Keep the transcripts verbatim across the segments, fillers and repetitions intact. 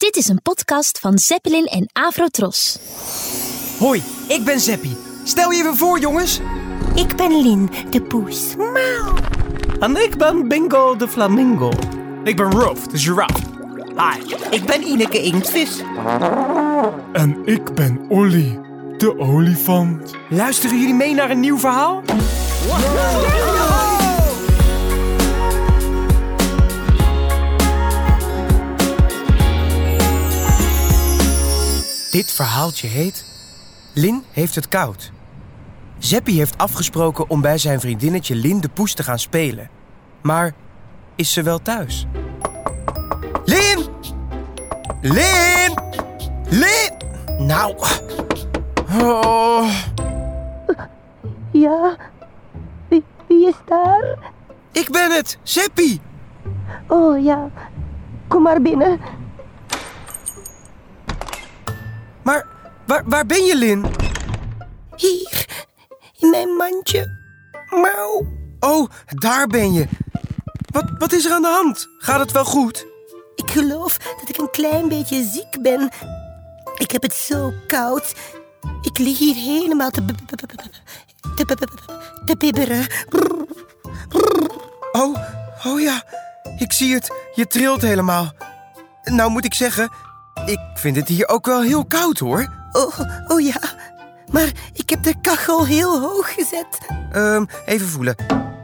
Dit is een podcast van Zeppelin en Avrotros. Hoi, ik ben Zeppie. Stel je even voor, jongens. Ik ben Lin, de poes. Miauw. En ik ben Bingo, de flamingo. Ik ben Rolf, de giraffe. Hi, ik ben Ineke Inktvis. En ik ben Olly, de olifant. Luisteren jullie mee naar een nieuw verhaal? Dit verhaaltje heet Lin heeft het koud. Zeppie heeft afgesproken om bij zijn vriendinnetje Lin de poes te gaan spelen. Maar is ze wel thuis? Lin! Lin! Lin! Nou... Oh... Ja, wie, wie is daar? Ik ben het, Zeppie! Oh ja, kom maar binnen. Maar waar, waar ben je, Lin? Hier, in mijn mandje. Mauw. Oh, daar ben je. Wat, wat is er aan de hand? Gaat het wel goed? Ik geloof dat ik een klein beetje ziek ben. Ik heb het zo koud. Ik lig hier helemaal te, b- b- b- te, b- b- te bibberen. Oh, oh ja, ik zie het. Je trilt helemaal. Nou moet ik zeggen, ik vind het hier ook wel heel koud, hoor. Oh, oh ja, maar ik heb de kachel heel hoog gezet. Um, even voelen.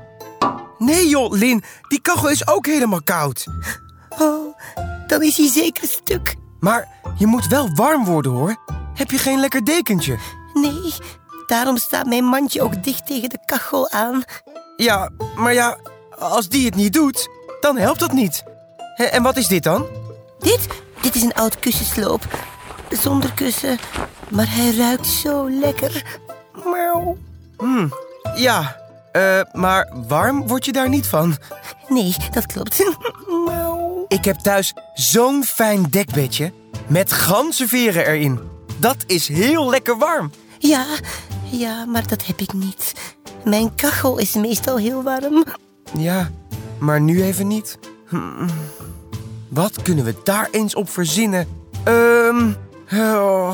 Nee joh, Lin, die kachel is ook helemaal koud. Oh, dan is hij zeker stuk. Maar je moet wel warm worden, hoor. Heb je geen lekker dekentje? Nee, daarom staat mijn mandje ook dicht tegen de kachel aan. Ja, maar ja, als die het niet doet, dan helpt dat niet. Hè, en wat is dit dan? Dit? Dit is een oud kussensloop. Zonder kussen. Maar hij ruikt zo lekker. Mauw. Hmm, ja, uh, maar warm word je daar niet van. Nee, dat klopt. Mauw. Ik heb thuis zo'n fijn dekbedje met ganzenveren erin. Dat is heel lekker warm. Ja, ja, maar dat heb ik niet. Mijn kachel is meestal heel warm. Ja, maar nu even niet. Hm. Wat kunnen we daar eens op verzinnen? Um, oh.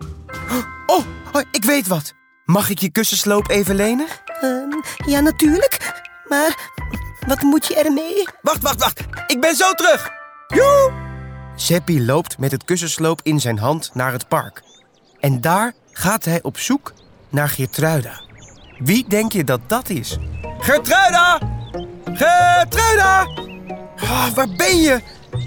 Oh, oh, ik weet wat. Mag ik je kussensloop even lenen? Um, ja, natuurlijk. Maar wat moet je ermee? Wacht, wacht, wacht. Ik ben zo terug. Joe! Zeppie loopt met het kussensloop in zijn hand naar het park. En daar gaat hij op zoek naar Geertruida. Wie denk je dat dat is? Geertruida! Geertruida! Oh, waar ben je?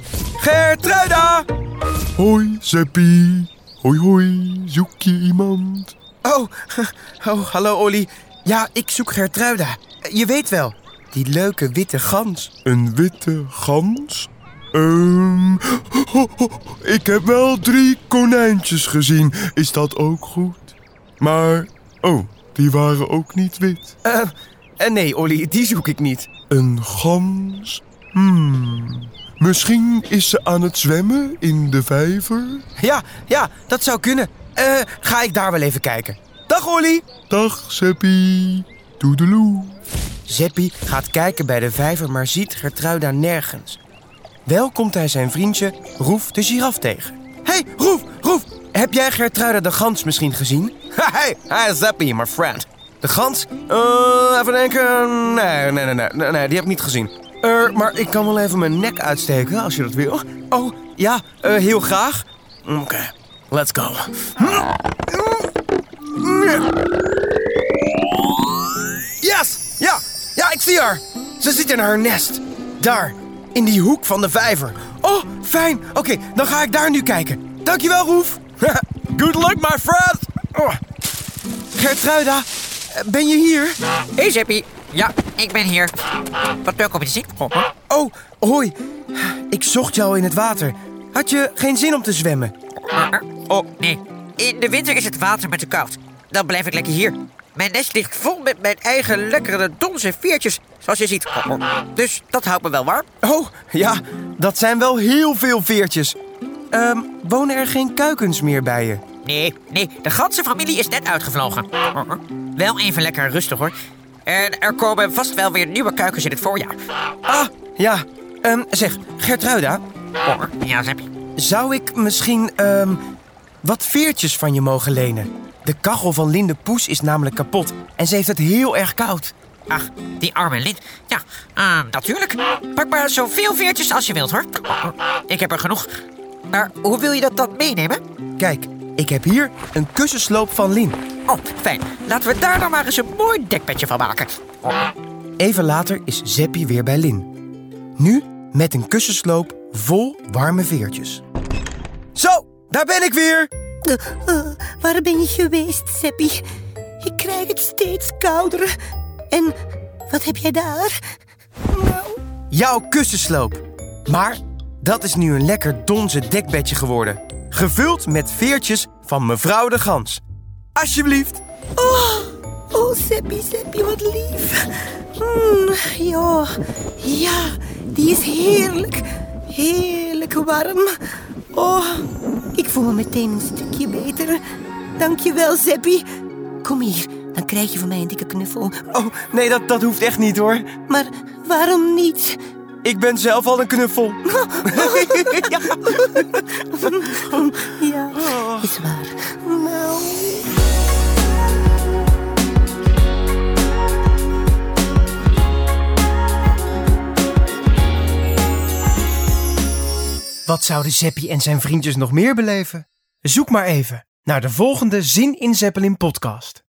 Geertruida! Hoi, Zeppie. Hoi, hoi. Zoek je iemand? Oh, oh, hallo Olly. Ja, ik zoek Geertruida. Je weet wel, die leuke witte gans. Een witte gans? Um, ho, ho, ik heb wel drie konijntjes gezien. Is dat ook goed? Maar, oh, die waren ook niet wit. Uh, uh, nee, Olly, die zoek ik niet. Een gans? Hmm... Misschien is ze aan het zwemmen in de vijver? Ja, ja, dat zou kunnen. Uh, ga ik daar wel even kijken. Dag, Olly. Dag, Zeppie. Toedeloe. Zeppie gaat kijken bij de vijver, maar ziet Geertruida nergens. Wel komt hij zijn vriendje Roef de giraf tegen. Hé, hey, Roef, Roef. Heb jij Geertruida de gans misschien gezien? Hey, hey, Zeppie, my friend. De gans? Uh, even denken. Nee, nee, nee, nee, nee, die heb ik niet gezien. Uh, maar ik kan wel even mijn nek uitsteken, als je dat wil. Oh, ja, uh, heel graag. Oké, okay, let's go. Yes! Ja, ja, ik zie haar. Ze zit in haar nest. Daar, in die hoek van de vijver. Oh, fijn. Oké, okay, dan ga ik daar nu kijken. Dankjewel, Roef. Good luck, my friend. Oh. Geertruida, ben je hier? Hey, Zeppie. Ja, ik ben hier. Wat leuk om je te zien. Oh, oh, hoi. Ik zocht jou in het water. Had je geen zin om te zwemmen? Oh, nee. In de winter is het water me te koud. Dan blijf ik lekker hier. Mijn nest ligt vol met mijn eigen lekkere donse veertjes, zoals je ziet. Dus dat houdt me wel warm. Oh, ja, dat zijn wel heel veel veertjes. Um, wonen er geen kuikens meer bij je? Nee, nee, de ganse familie is net uitgevlogen. Wel even lekker rustig, hoor. En er komen vast wel weer nieuwe kuikens in het voorjaar. Ah, ja. Um, zeg, Geertruida. Oh, ja, Zeppie. zou ik misschien um, wat veertjes van je mogen lenen? De kachel van Lin de Poes is namelijk kapot en ze heeft het heel erg koud. Ach, die arme Lin. Ja, uh, natuurlijk. Pak maar zoveel veertjes als je wilt, hoor. Ik heb er genoeg. Maar hoe wil je dat dan meenemen? Kijk, ik heb hier een kussensloop van Lin. Oh, fijn. Laten we daar dan maar eens een mooi dekbedje van maken. Even later is Zeppie weer bij Lin. Nu met een kussensloop vol warme veertjes. Zo, daar ben ik weer! Uh, uh, waar ben je geweest, Zeppie? Ik krijg het steeds kouder. En wat heb jij daar? Nou... Jouw kussensloop. Maar dat is nu een lekker donze dekbedje geworden. Gevuld met veertjes van mevrouw de Gans. Alsjeblieft. Oh, oh Zeppie, Zeppie, wat lief. Mm, ja, ja, die is heerlijk. Heerlijk warm. Oh, ik voel me meteen een stukje beter. Dank je wel, Zeppie. Kom hier, dan krijg je van mij een dikke knuffel. Oh, nee, dat, dat hoeft echt niet, hoor. Maar waarom niet? Ik ben zelf al een knuffel. Ja, ja, is waar. Nou... Wat zouden Zeppie en zijn vriendjes nog meer beleven? Zoek maar even naar de volgende Zin in Zeppelin podcast.